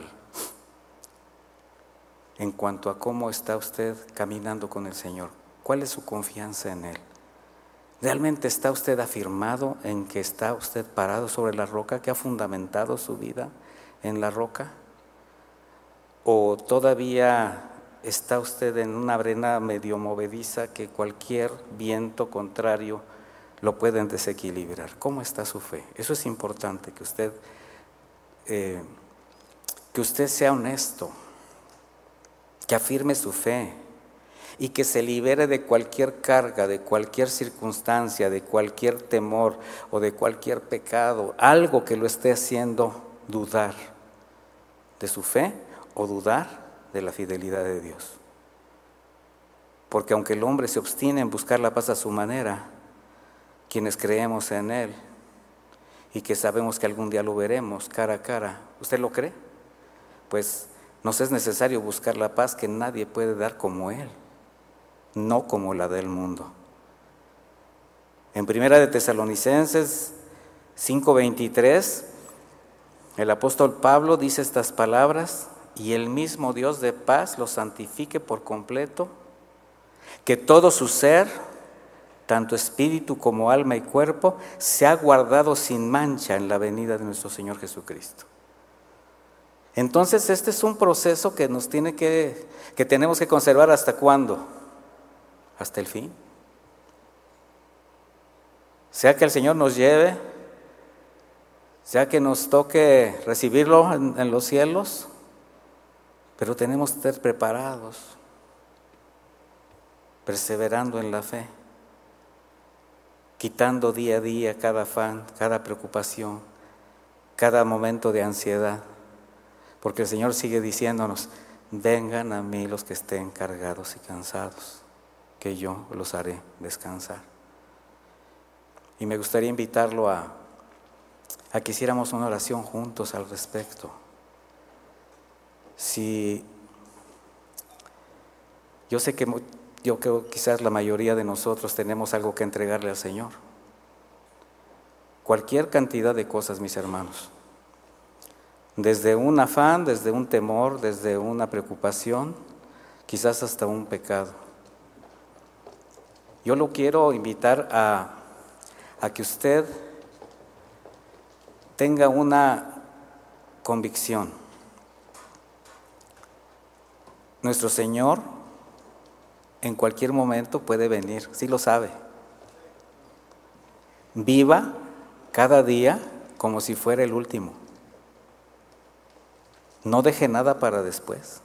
en cuanto a cómo está usted caminando con el Señor. ¿Cuál es su confianza en Él? ¿Realmente está usted afirmado en que está usted parado sobre la roca, que ha fundamentado su vida en la roca? ¿O todavía está usted en una arena medio movediza que cualquier viento contrario lo pueden desequilibrar? ¿Cómo está su fe? Eso es importante, que usted, eh, que usted sea honesto, que afirme su fe y que se libere de cualquier carga, de cualquier circunstancia, de cualquier temor o de cualquier pecado, algo que lo esté haciendo dudar de su fe o dudar de la fidelidad de Dios. Porque aunque el hombre se obstine en buscar la paz a su manera, quienes creemos en Él y que sabemos que algún día lo veremos cara a cara, ¿usted lo cree? Pues nos es necesario buscar la paz que nadie puede dar como Él, no como la del mundo. En Primera de Tesalonicenses cinco veintitrés, el apóstol Pablo dice estas palabras: y el mismo Dios de paz los santifique por completo, que todo su ser, tanto espíritu como alma y cuerpo, se ha guardado sin mancha en la venida de nuestro Señor Jesucristo. Entonces este es un proceso que nos tiene que, que tenemos que conservar. ¿Hasta cuándo? Hasta el fin. Sea que el Señor nos lleve, sea que nos toque recibirlo en, en los cielos, pero tenemos que estar preparados, perseverando en la fe, quitando día a día cada afán, cada preocupación, cada momento de ansiedad, porque el Señor sigue diciéndonos: vengan a mí los que estén cargados y cansados, que yo los haré descansar. Y me gustaría invitarlo a, a que hiciéramos una oración juntos al respecto. Si yo sé que yo creo quizás la mayoría de nosotros tenemos algo que entregarle al Señor, cualquier cantidad de cosas, mis hermanos, desde un afán, desde un temor, desde una preocupación, quizás hasta un pecado. Yo lo quiero invitar a, a que usted tenga una convicción nuestro Señor en cualquier momento puede venir, sí lo sabe. Viva cada día como si fuera el último. No deje nada para después.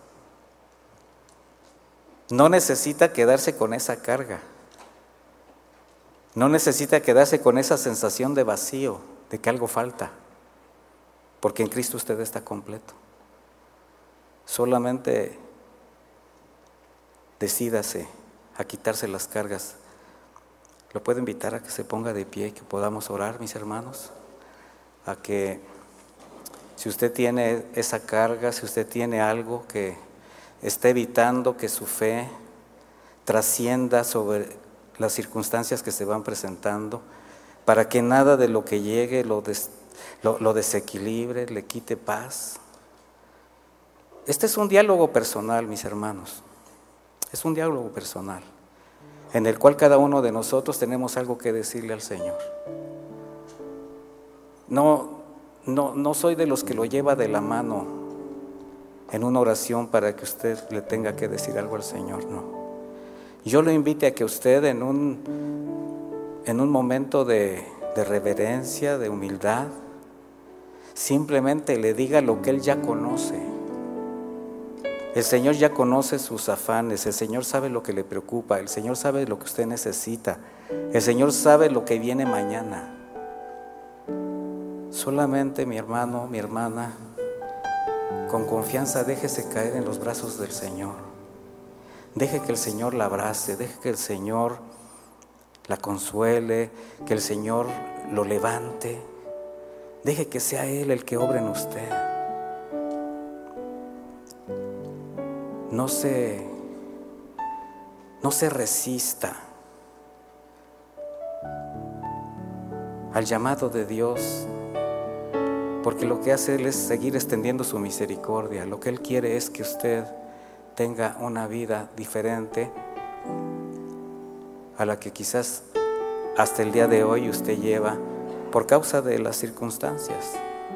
No necesita quedarse con esa carga. No necesita quedarse con esa sensación de vacío, de que algo falta, porque en Cristo usted está completo. Solamente decídase a quitarse las cargas. Lo puedo invitar a que se ponga de pie y que podamos orar, mis hermanos, a que si usted tiene esa carga, si usted tiene algo que está evitando que su fe trascienda sobre las circunstancias que se van presentando, para que nada de lo que llegue lo, des, lo, lo desequilibre, le quite paz. Este es un diálogo personal, mis hermanos. Es un diálogo personal, en el cual cada uno de nosotros tenemos algo que decirle al Señor. No, no, no soy de los que lo lleva de la mano en una oración para que usted le tenga que decir algo al Señor, no. Yo lo invito a que usted en un, en un momento de, de reverencia, de humildad, simplemente le diga lo que Él ya conoce. El Señor ya conoce sus afanes, el Señor sabe lo que le preocupa, el Señor sabe lo que usted necesita, el Señor sabe lo que viene mañana. Solamente, mi hermano, mi hermana, con confianza déjese caer en los brazos del Señor. Deje que el Señor la abrace, deje que el Señor la consuele, que el Señor lo levante. Deje que sea Él el que obre en usted. No se, no se resista al llamado de Dios, porque lo que hace Él es seguir extendiendo su misericordia. Lo que Él quiere es que usted tenga una vida diferente a la que quizás hasta el día de hoy usted lleva por causa de las circunstancias.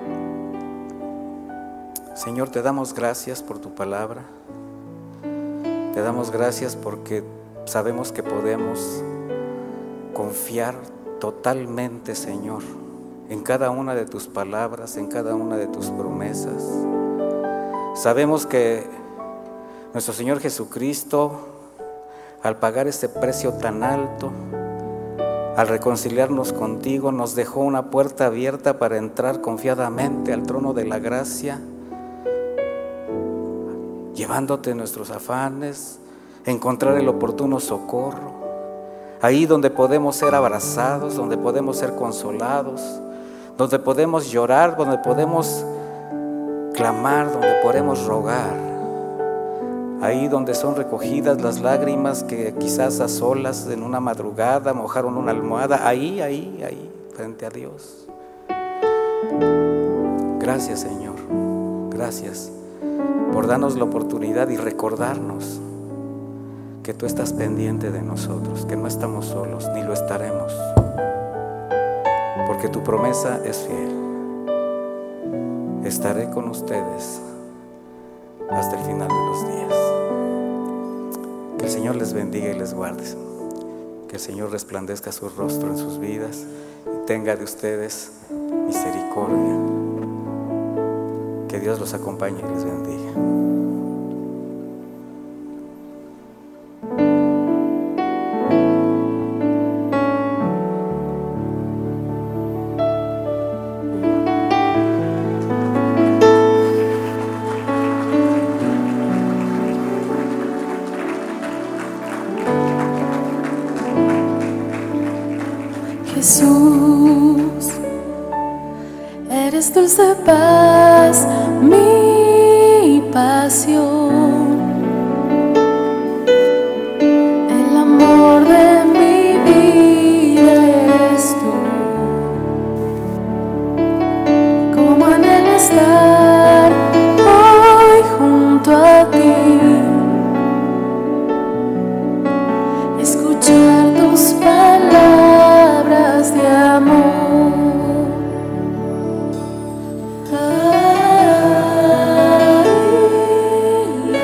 Señor, te damos gracias por tu palabra. Te damos gracias porque sabemos que podemos confiar totalmente, Señor, en cada una de tus palabras, en cada una de tus promesas. Sabemos que nuestro Señor Jesucristo, al pagar ese precio tan alto, al reconciliarnos contigo, nos dejó una puerta abierta para entrar confiadamente al trono de la gracia, llevándote nuestros afanes, encontrar el oportuno socorro, ahí donde podemos ser abrazados, donde podemos ser consolados, donde podemos llorar, donde podemos clamar, donde podemos rogar. Ahí donde son recogidas las lágrimas que quizás a solas en una madrugada mojaron una almohada, ahí, ahí, ahí, frente a Dios. Gracias, Señor, gracias por darnos la oportunidad y recordarnos que tú estás pendiente de nosotros, que no estamos solos, ni lo estaremos, porque tu promesa es fiel. Estaré con ustedes hasta el final de los días. Que el Señor les bendiga y les guarde. Que el Señor resplandezca su rostro en sus vidas y tenga de ustedes misericordia. Que Dios los acompañe y les bendiga. Jesús, eres dulce paz, mi pasión, el amor de mi vida eres tú, como anhelo estar hoy junto a ti, escuchar tus palabras de amor. Ay,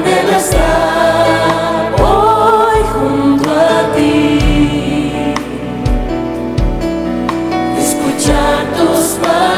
anhelo estar hoy junto a ti, escuchar tus palabras.